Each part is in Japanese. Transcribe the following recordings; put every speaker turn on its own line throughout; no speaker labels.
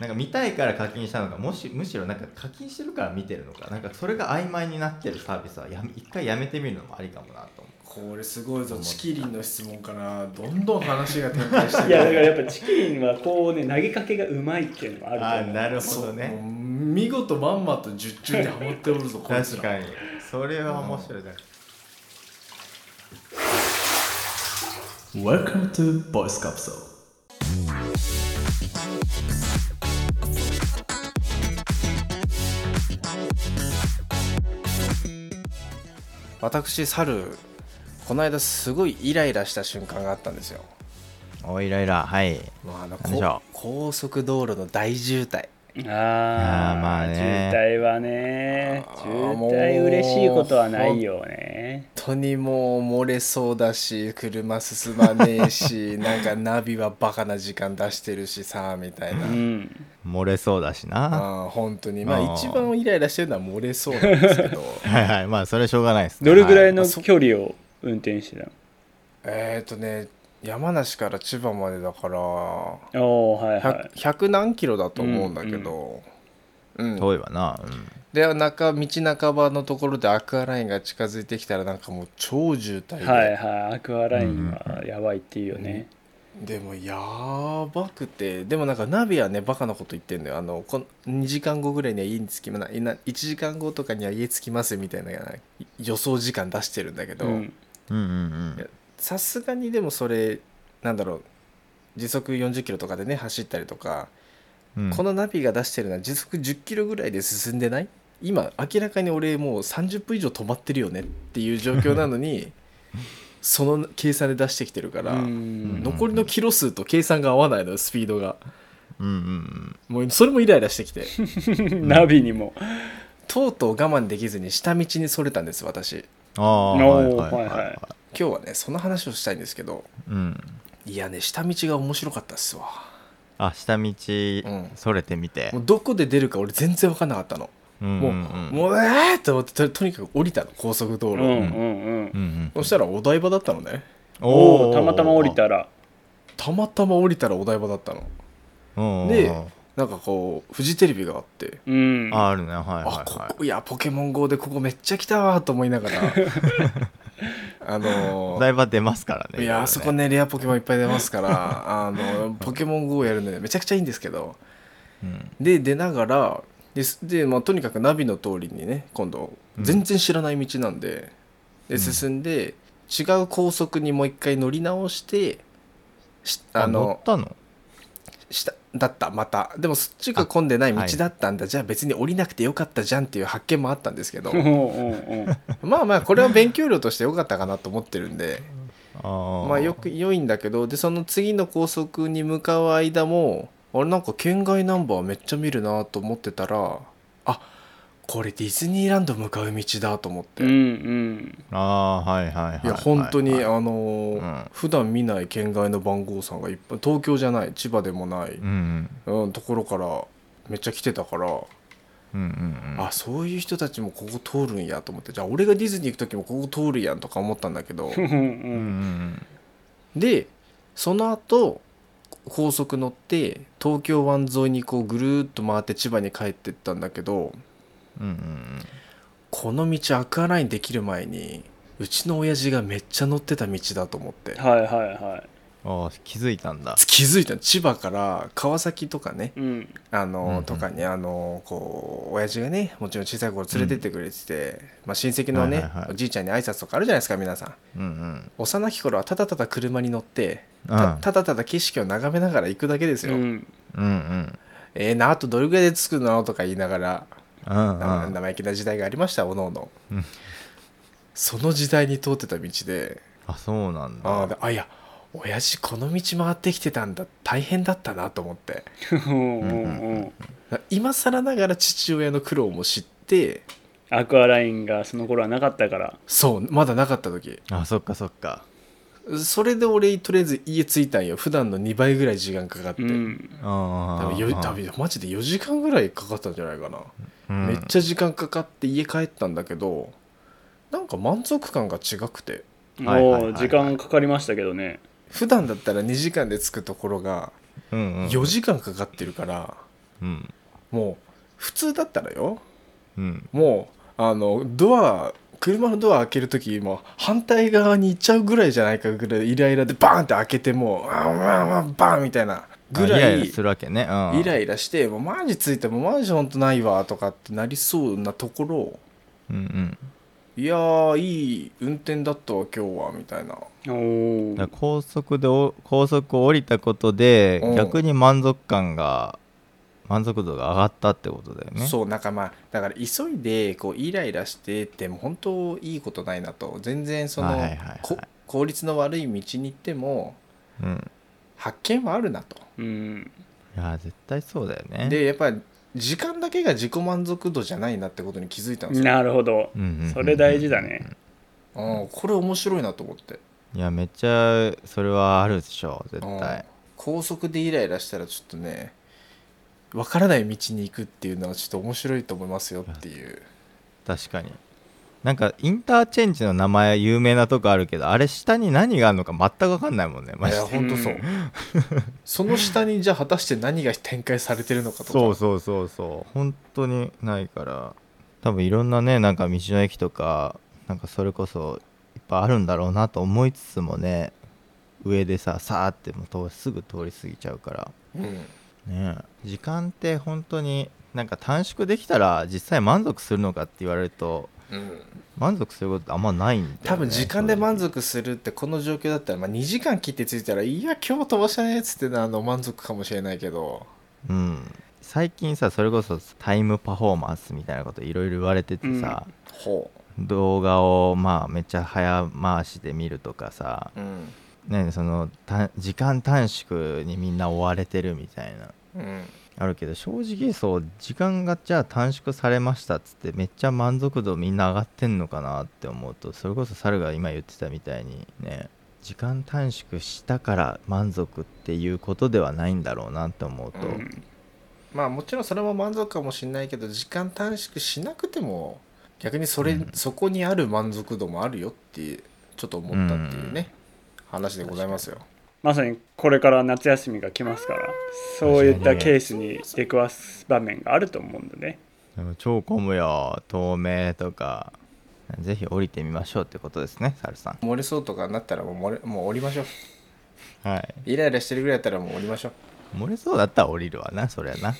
なんか見たいから課金したのか、むしろなんか課金してるから見てるのか、なんかそれが曖昧になってるサービスは一回やめてみるのもありかもなと思
これすごいぞ。チキリンの質問からどんどん話が展開してる。
いやだからやっぱチキリンはこうね投げかけがうまいっていうのがあると思う。
あ、なるほどね。
見事まんまと術中にハマっておるぞこいつら。
確かにそれは面白いだ。
Welcome to Voice Capsule。私猿、この間すごいイライラした瞬間があったんですよ。
おイライラ、はい。何でしょう。
高速道路の大渋滞。
まあね、
渋滞はね、渋滞嬉しいことはないよね。
本当にもう漏れそうだし、車進まねえしなんかナビはバカな時間出してるしさみたいな、
漏れそうだしな。
本当にまあ一番イライラしてるのは漏れそうなんですけど
はいはい、まあそれはしょうがないですね。
どれぐらいの距離を運転してたの？
山梨から千葉までだから
はいはい、
100何キロだと思うんだけど、
遠いわな。
で道半ばのところでアクアラインが近づいてきたらなんかもう超渋滞で、
はいはい、アクアラインはやばいっていうよね。
でもやばくて、でもなんかナビはねバカなこと言ってんだよ。2時間後ぐらいには家に着きます、1時間後とかには家着きますみたいな予想時間出してるんだけど、さすがにでもそれなんだろう、時速40キロとかでね走ったりとか、このナビが出してるのは時速10キロぐらいで進んでない？今明らかに俺もう30分以上止まってるよねっていう状況なのにその計算で出してきてるから、残りのキロ数と計算が合わないのよ、スピードが。もうそれもイライラしてきて
ナビにも
とうとう我慢できずに下道にそれたんです私。今日はねその話をしたいんですけど、いやね下道が面白かったっすわ。
下道それてみて、
もうどこで出るか俺全然分かんなかったの。もうと思ってとにかく降りたの、高速道路。そしたらお台場だったのね。
たまたま降りたら
お台場だったの。でなんかこうフジテレビがあって、
あるね、はい。
いやポケモン GO でここめっちゃ来たわと思いながら
お台場出ますからね。
いやあそこねレアポケモンいっぱい出ますからポケモン GO やるのでめちゃくちゃいいんですけど、で出ながらで、とにかくナビの通りにね今度全然知らない道なんで、進んで違う高速にもう一回乗り直して
乗ったの
だったまた。でもそっちが混んでない道だったんだ、じゃあ別に降りなくてよかったじゃんっていう発見もあったんですけどまあこれは勉強量としてよかったかなと思ってるんで良いんだけど、でその次の高速に向かう間もなんか県外ナンバーめっちゃ見るなと思ってたら、これディズニーランド向かう道だと思って、
い
や本当に普段見ない県外の番号さんがいっぱい、東京じゃない千葉でもない、ところからめっちゃ来てたから、そういう人たちもここ通るんやと思って、じゃあ俺がディズニー行く時もここ通るやんとか思ったんだけどでその後高速乗って東京湾沿いにこうぐるーっと回って千葉に帰ってったんだけど、この道アクアラインできる前にうちの親父がめっちゃ乗ってた道だと思って、
気づいたんだ。
気づいた。千葉から川崎とかね、とかにこう親父がねもちろん小さい頃連れてってくれてて、親戚のね、おじいちゃんに挨拶とかあるじゃないですか皆さん。幼き頃はただただ車に乗ってただただ景色を眺めながら行くだけですよ。あとどれぐらいで着くのとか言いながら、生意気な時代がありましたおのおの。その時代に通ってた道で、
そうなんだ。
いや親父この道回ってきてたんだ、大変だったなと思って今更ながら父親の苦労も知って、
アクアラインがその頃はなかったから。
そうまだなかった時。
そっかそっか。
それで俺とりあえず家着いたんよ。普段の2倍ぐらい時間かかって、多分マジで4時間ぐらいかかったんじゃないかな、めっちゃ時間かかって家帰ったんだけど、なんか満足感が違くて、
時間かかりましたけどね。
普段だったら2時間で着くところが4時間かかってるから、
うん
もう普通だったらよ、
うん
もう車のドア開ける時も反対側に行っちゃうぐらいじゃないかぐらいイライラでバーンって開けてもうバーンみたいなぐらい
イライラするわけね、うん、
イライラしてもうマジついてもマジほんとないわとかってなりそうなところ、
うんうん
いやーいい運転だったわ今日はみたいな。
お
だから高速を降りたことで
うん
逆に満足度が上がったってことだよね。
そうなんかまあだから急いでこうイライラしてっても本当いいことないなと。全然その、
はいはいはいはい
効率の悪い道に行っても
うん
発見はあるなと。
うん
いや絶対そうだよね。
でやっぱり時間だけが自己満足度じゃないなってことに気づいたんですよ。
なるほど、
うんうんうんうん
それ大事だね。
これ面白いなと思って。
いやめっちゃそれはあるでしょ絶対。
高速でイライラしたらちょっとね分からない道に行くっていうのはちょっと面白いと思いますよっていう。
確かになんかインターチェンジの名前有名なとこあるけどあれ下に何があるのか全く分かんないもんねマ
いや
ジで。
本当そうその下にじゃあ果たして何が展開されてるのかとか。
そう本当にないから多分いろんなねなんか道の駅とかなんかそれこそいっぱいあるんだろうなと思いつつもね上でさーってもうすぐ通り過ぎちゃうからね。時間って本当になんか短縮できたら実際満足するのかって言われると満足することってあんまないんだよね。
多分時間で満足するってこの状況だったら、まあ、2時間切ってついたらいや今日飛ばしたねっつって満足かもしれないけど、
最近さそれこそタイムパフォーマンスみたいなこといろいろ言われててさ、動画をまあめっちゃ早回しで見るとかさ、その時間短縮にみんな追われてるみたいな、あるけど正直そう時間がじゃあ短縮されましたっつってめっちゃ満足度みんな上がってんのかなって思うとそれこそ猿が今言ってたみたいにね時間短縮したから満足っていうことではないんだろうなって思うと、
まあもちろんそれも満足かもしれないけど時間短縮しなくても逆にそこにある満足度もあるよってちょっと思ったっていうね、話でございますよ。
まさにこれから夏休みが来ますからそういったケースに出くわす場面があると思うんでね。
でも超混むよ透明とかぜひ降りてみましょうってことですね猿さん。
漏れそうとかなったらもう降りましょう。
はい
イライラしてるぐらいだったらもう降りましょう。
漏れそうだったら降りるわなそりゃな、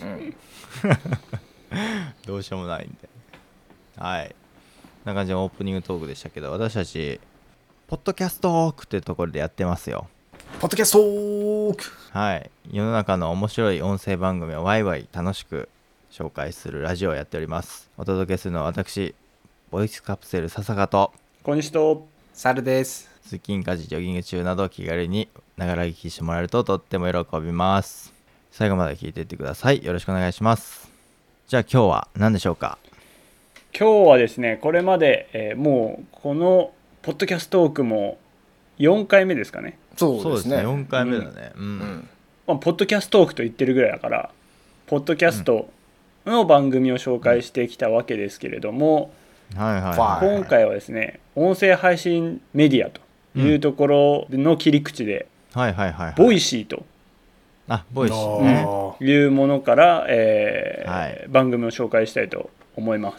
どうしようもないんで。はいこんな感じのオープニングトークでしたけど私たちポッドキャストトークってところでやってますよ。
ポッドキャストーク。
はい世の中の面白い音声番組をワイワイ楽しく紹介するラジオをやっております。お届けするのは私ボイスカプセル笹香と
小西と
猿です。
通勤家事ジョギング中など気軽にながら聞きしてもらえるととっても喜びます。最後まで聞いていってください。よろしくお願いします。じゃあ今日は何でしょうか。
今日はですねこれまで、もうこのポッドキャストトークも4回目ですかね。
そうですね
4回目だね。
ポッドキャストトークと言ってるぐらいだからポッドキャストの番組を紹介してきたわけですけれども、今回はですね音声配信メディアというところの切り口で、ボイシーと
ボイシーね
いうものから、番組を紹介したいと思います。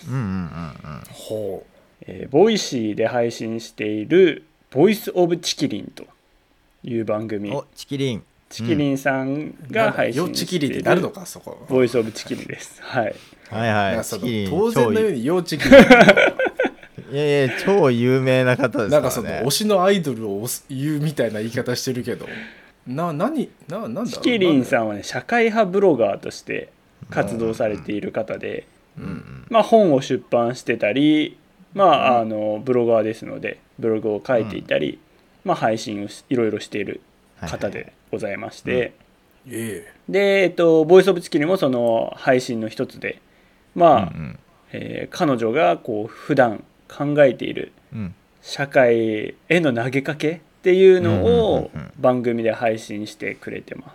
ボイシーで配信しているボイスオブチキリンという番組。
チキリ
ンさんが配信している
ってなるのかそこ
ボイスオブチキリンです。
当然のようにヨチキリン
いや超有名な方ですからね。
なんかその推しのアイドルを言うみたいな言い方してるけどなんだチ
キリンさんはね社会派ブロガーとして活動されている方で、本を出版してたり、ブロガーですのでブログを書いていたり、配信をいろいろしている方でございまして、で、ボイスオブチキリンもその配信の一つで、彼女がこう普段考えている社会への投げかけっていうのを番組で配信してくれてます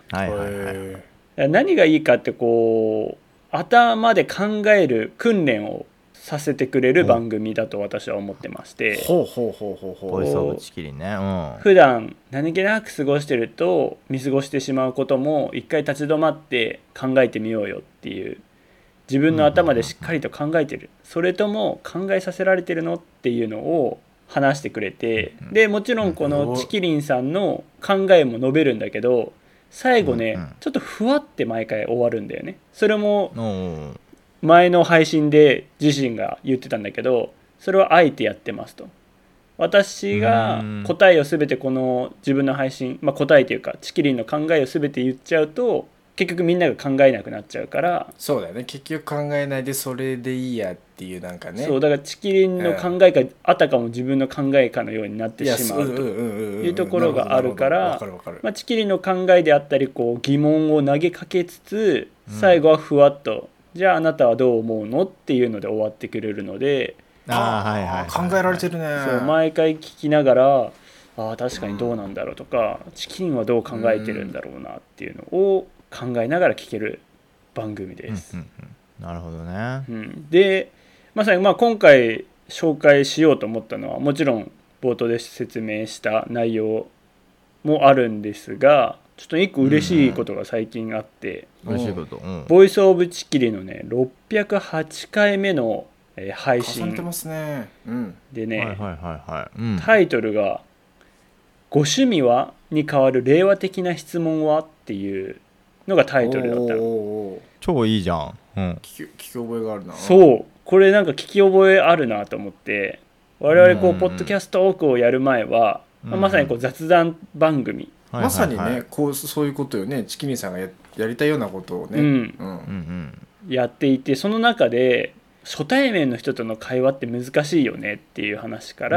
。何がいいかってこう頭で考える訓練をさせてくれる番組だと私は思ってまして、
ほうほうほうほうほう。
ボイスオブチキリンね、
普段何気なく過ごしてると見過ごしてしまうことも一回立ち止まって考えてみようよっていう、自分の頭でしっかりと考えてる、それとも考えさせられてるのっていうのを話してくれて、でもちろんこのチキリンさんの考えも述べるんだけど、最後ね、ちょっとふわって毎回終わるんだよね。それも前の配信で自身が言ってたんだけど、それはあえてやってますと。私が答えを全てこの自分の配信、答えというかチキリンの考えを全て言っちゃうと結局みんなが考えなくなっちゃうから。
そうだよね、結局考えないでそれでいいやっていう、なんかね。
そうだからチキリンの考えがあたかも自分の考えかのようになってしまうというところがあるから、チキリンの考えであったりこう疑問を投げかけつつ、最後はふわっと、じゃああなたはどう思うのっていうので終わってくれるので、
考えられてるね。
そう毎回聞きながら、確かにどうなんだろうとか、チキリンはどう考えてるんだろうなっていうのを考えながら聞ける番組です。
なるほどね。
でまさに今回紹介しようと思ったのは、もちろん冒頭で説明した内容もあるんですが、ちょっと一個嬉しいことが最近あって、
嬉しいこと、
ボイスオブチキリのね608回目の配信
重ねてますね、
でね、タイトルが「ご趣味は?」に代わる令和的な質問はっていうのがタイトルだったの。
超いいじゃん、
聞き覚えがあるな。
そうこれなんか聞き覚えあるなと思って、我々こうポッドキャストトークをやる前は、まさにこう雑談番組、
まさにね、そういうことよね。チキリンさんが やりたいようなことをね、
やっていて、その中で初対面の人との会話って難しいよねっていう話から、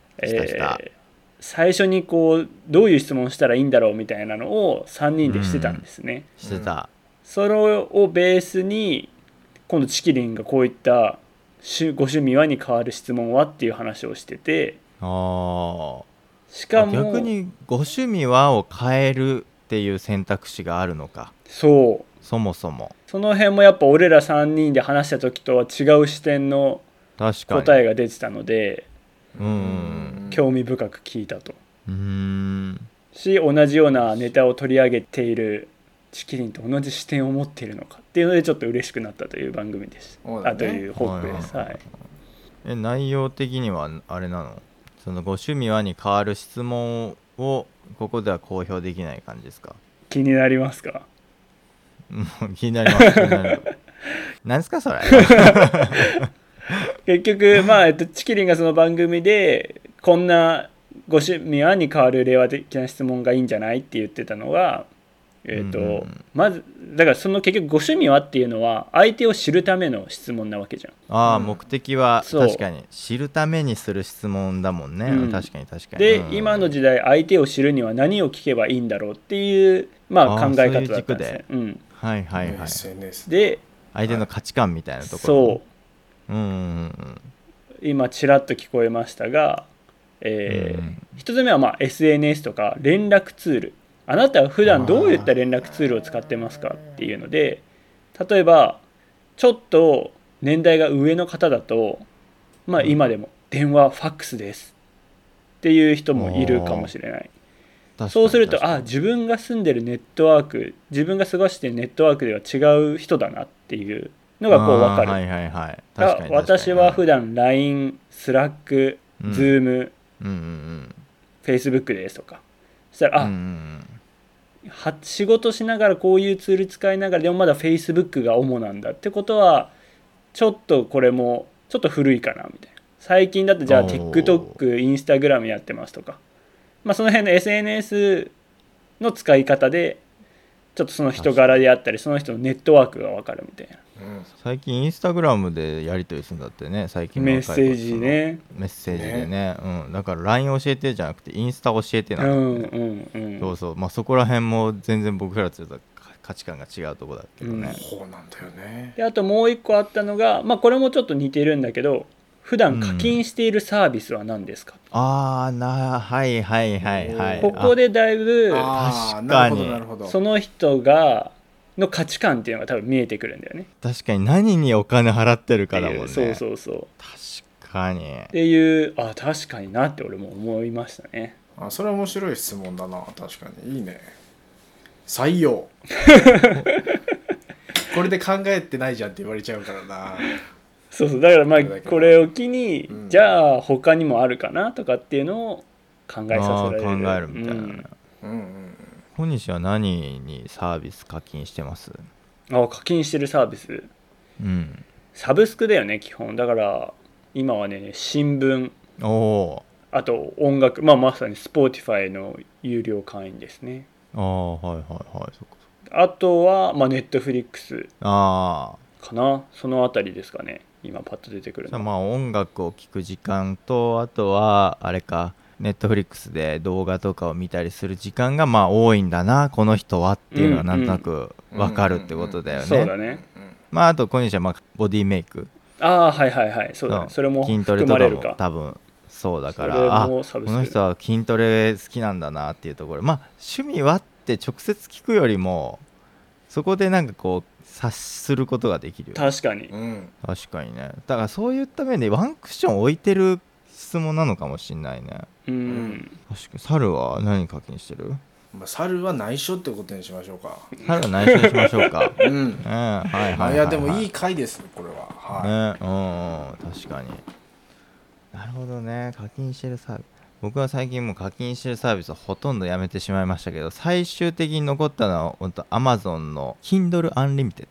最初にこうどういう質問したらいいんだろうみたいなのを3人でしてたんですね。
してた。
それをベースに今度チキリンがこういったご趣味はに代わる質問はっていう話をしてて、しかも
逆にご趣味はを変えるっていう選択肢があるのか。
そ
もそも
その辺もやっぱ俺ら3人で話した時とは違う視点の答えが出てたので、興味深く聞いたと。し、同じようなネタを取り上げているチキリンと同じ視点を持っているのかっていうのでちょっと嬉しくなったという番組です。という報告です。
内容的にはあれなの？そのご趣味はに代わる質問をここでは公表できない感じですか？
気になりますか？
気になります。何ですかそれ？
結局チキリンがその番組でこんなご趣味はに代わる令和的な質問がいいんじゃないって言ってたのが、まずだからその結局ご趣味はっていうのは相手を知るための質問なわけじゃん。
目的は確かに知るためにする質問だもんね。確かに
で、今の時代相手を知るには何を聞けばいいんだろうっていう考え方だったんですね。で
相手の価値観みたいなところ、
今ちらっと聞こえましたが、一つ目はSNS とか連絡ツール、あなたは普段どういった連絡ツールを使ってますかっていうので、例えばちょっと年代が上の方だと、今でも電話ファックスですっていう人もいるかもしれない。そうすると自分が住んでるネットワーク、自分が過ごしてるネットワークでは違う人だなっていうのがこう分かる。私は普段 LINE、Slack、Zoom、Facebook ですとか、そしたら仕事しながらこういうツール使いながらでもまだ Facebook が主なんだってことはちょっとこれもちょっと古いかなみたいな。最近だとじゃあ TikTok、Instagram やってますとか、その辺の SNS の使い方でちょっとその人柄であったりその人のネットワークが分かるみたいな。
最近インスタグラムでやり取りするんだってね。最近の
メッセージね。
メッセージでね、だから LINE 教えてじゃなくてインスタ教えてなんだってね。そこら辺も全然僕らと価値観が違うとこだけどね。
そうなんだよね。
であともう一個あったのが、これもちょっと似てるんだけど、普段課金しているサービスは何ですか？ここでだいぶ
確かに
その人がの価値観っていうのが多分見えてくるんだよね。
確かに何にお金払ってるかだもんね。
そうそうそう。
確かに
っていう確かになって俺も思いましたね。
それは面白い質問だな。確かにいいね。採用これで考えてないじゃんって言われちゃうからな。
そうそう、だからこれを機に、じゃあ他にもあるかなとかっていうのを考えさせられる。
考えるみたいな、小西は何にサービス課金してます？
課金してるサービス、サブスクだよね基本。だから今はね新聞、あと音楽、まさに Spotify の有料会員ですね。
はいはいはい、そこ
あとはNetflix
か
な、そのあたりですかね今パッと出てくる
の。音楽を聴く時間と、あとはあれか、Netflix で動画とかを見たりする時間が多いんだなこの人はっていうのはなんとなく分かるってことだよね。
そうだね。
あと小西はボディメイク、
はいはいはい、そうだね。それも含まれるか。
筋トレとかも多分そうだから、この人は筋トレ好きなんだなっていうところ、趣味はって直接聞くよりもそこでなんかこう察することができるよ。
確かに、
確かにね。だからそういった面でワンクッション置いてる質問なのかもしんないね。確かに。猿は何課金してる？
猿は内緒ってことにしましょうか。
猿は内緒にしましょうか。
いやでもいい回ですねこれは。
確かに。なるほどね。課金してるサービス、僕は最近もう課金してるサービスをほとんどやめてしまいましたけど、最終的に残ったのは本当 Amazon の Kindle Unlimited。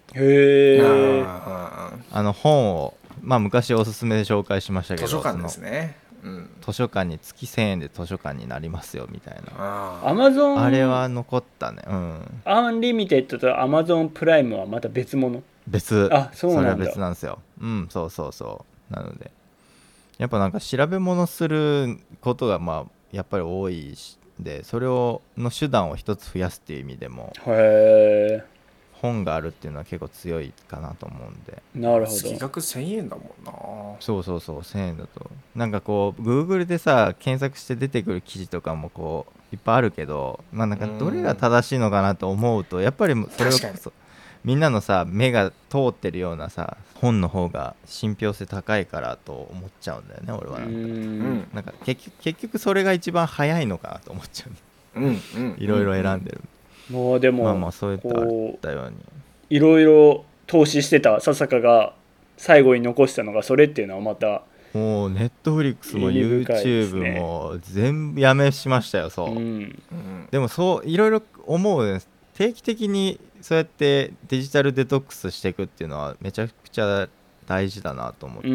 本を昔おすすめで紹介しましたけど、
図書館ですね。
図書館に月1000円で図書館になりますよみたいな。
Amazon
あれは残ったね。
アンリミテッドと Amazon プライムはまた別物？
別。
そうなんだ。
それは別なんですよ。そうなのでやっぱなんか調べ物することがやっぱり多いで、それの手段を一つ増やすっていう意味でも本があるっていうのは結構強いかなと思うんで。
なるほど。
月額1000円だもんな。
そう1000円だとなんかこう Google でさ検索して出てくる記事とかもこういっぱいあるけど、なんかどれが正しいのかなと思うとやっぱりそれをみんなのさ目が通ってるようなさ本の方が信憑性高いからと思っちゃうんだよね俺は。なんか結局それが一番早いのかなと思っちゃう。いろいろ選んでる。
もうでも
そういったように
いろいろ投資してた笹香が最後に残したのがそれっていうのはまた
もう Netflix も YouTube も全部やめしましたよ。でもそういろいろ思うね。定期的にそうやってデジタルデトックスしていくっていうのはめちゃくちゃ大事だなと思って、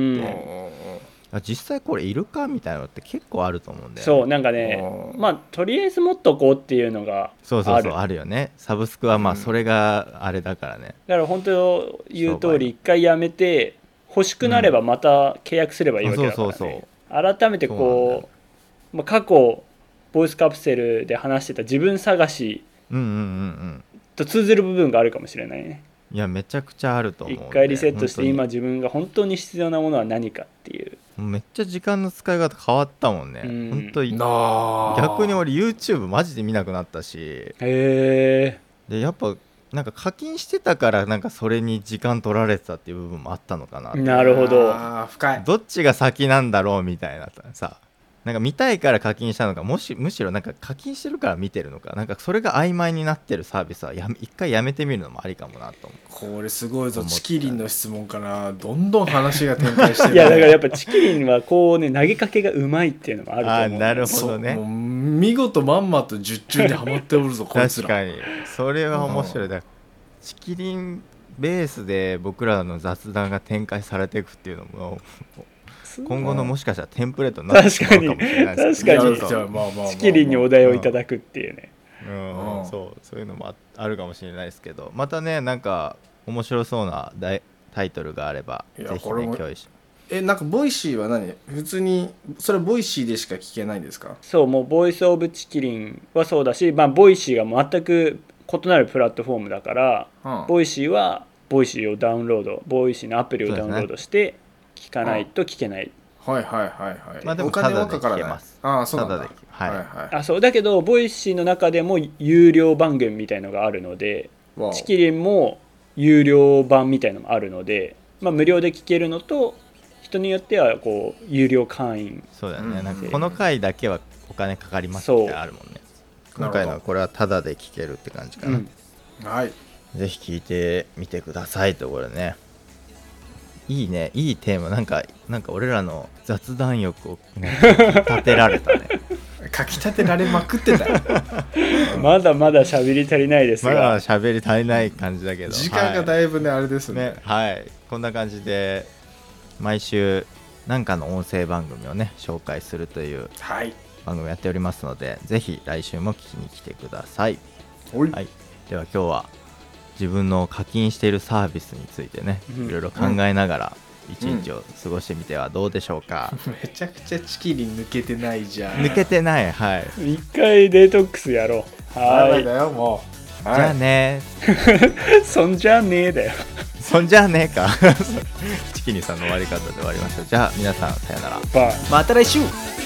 実際これいるかみたいなのって結構あると思うんだよね。
そうなんかね、とりあえず持っとこうっていうのが
あるよね。サブスクはそれがあれだからね。
だから本当言う通り一回やめて欲しくなればまた契約すればいいわけだからね。改めてこう、過去ボイスカプセルで話してた自分探しと通ずる部分があるかもしれないね。
いやめちゃくちゃあると思う。
一回リセットして今自分が本当に必要なものは何かっていう。
めっちゃ時間の使い方変わったもんね。本当に逆に俺 YouTube マジで見なくなったし。でやっぱなんか課金してたからなんかそれに時間取られてたっていう部分もあったのかな。
なるほど。
深い。
どっちが先なんだろうみたいなさ。なんか見たいから課金したのか、むしろなんか課金してるから見てるのか、なんかそれが曖昧になってるサービスは一回やめてみるのもありかもなと思
う。これすごいぞ。チキリンの質問からどんどん話が展開してる、
いやだからやっぱチキリンはこうね投げかけがうまいっていうのもあると思う。
なるほどね。
見事まんまと術中にはまっておるぞこいつら。
確かにそれは面白い。だチキリンベースで僕らの雑談が展開されていくっていうのも今後のもしかしたらテンプレートになってしまうかもしれないです
けど。確かにチキリンにお題をいただくっていうね。
そういうのもあるかもしれないですけど、またねなんか面白そうなタイトルがあればぜひね共有します。
なんかボイシーは何普通にそれはボイシーでしか聞けないんですか？
そう、もうボイスオブチキリンはそうだし、ボイシーが全く異なるプラットフォームだから、ボイシーはボイシーをダウンロード、ボイシーのアプリをダウンロードして聞かないと聞けない。
でもタダで聞けます。
そうなんだ。
そうだけどボイシーの中でも有料番組みたいのがあるので、 チキリンも有料版みたいなのもあるので、まあ、無料で聞けるのと人によってはこう有料会員。
そうだね、なんかこの回だけはお金かかりますってあるもんね。今回のはこれはタダで聞けるって感じかな、
はい、
ぜひ聞いてみてくださいと。これねいいね、いいテーマ。なんか俺らの雑談欲を、ね、立てられたね
かきたてられまくってたよ
まだまだ喋り足りないですが、
まだ喋り足りない感じだけど
時間がだいぶね、あれですね。
はい、こんな感じで毎週何かの音声番組をね紹介するという番組やっておりますので、ぜひ来週も聞きに来てください。はい、では今日は自分の課金しているサービスについてね、いろいろ考えながら一日を過ごしてみてはどうでしょうか。
めちゃくちゃチキリン抜けてないじゃん。
抜けてない。はい、
一回デトックスやろう。
はい、だよも
う、はい、じゃあね
そんじゃねえだよ
そんじゃねえかチキニさんの終わり方で終わりました。じゃあ皆さんさよなら、
また来週。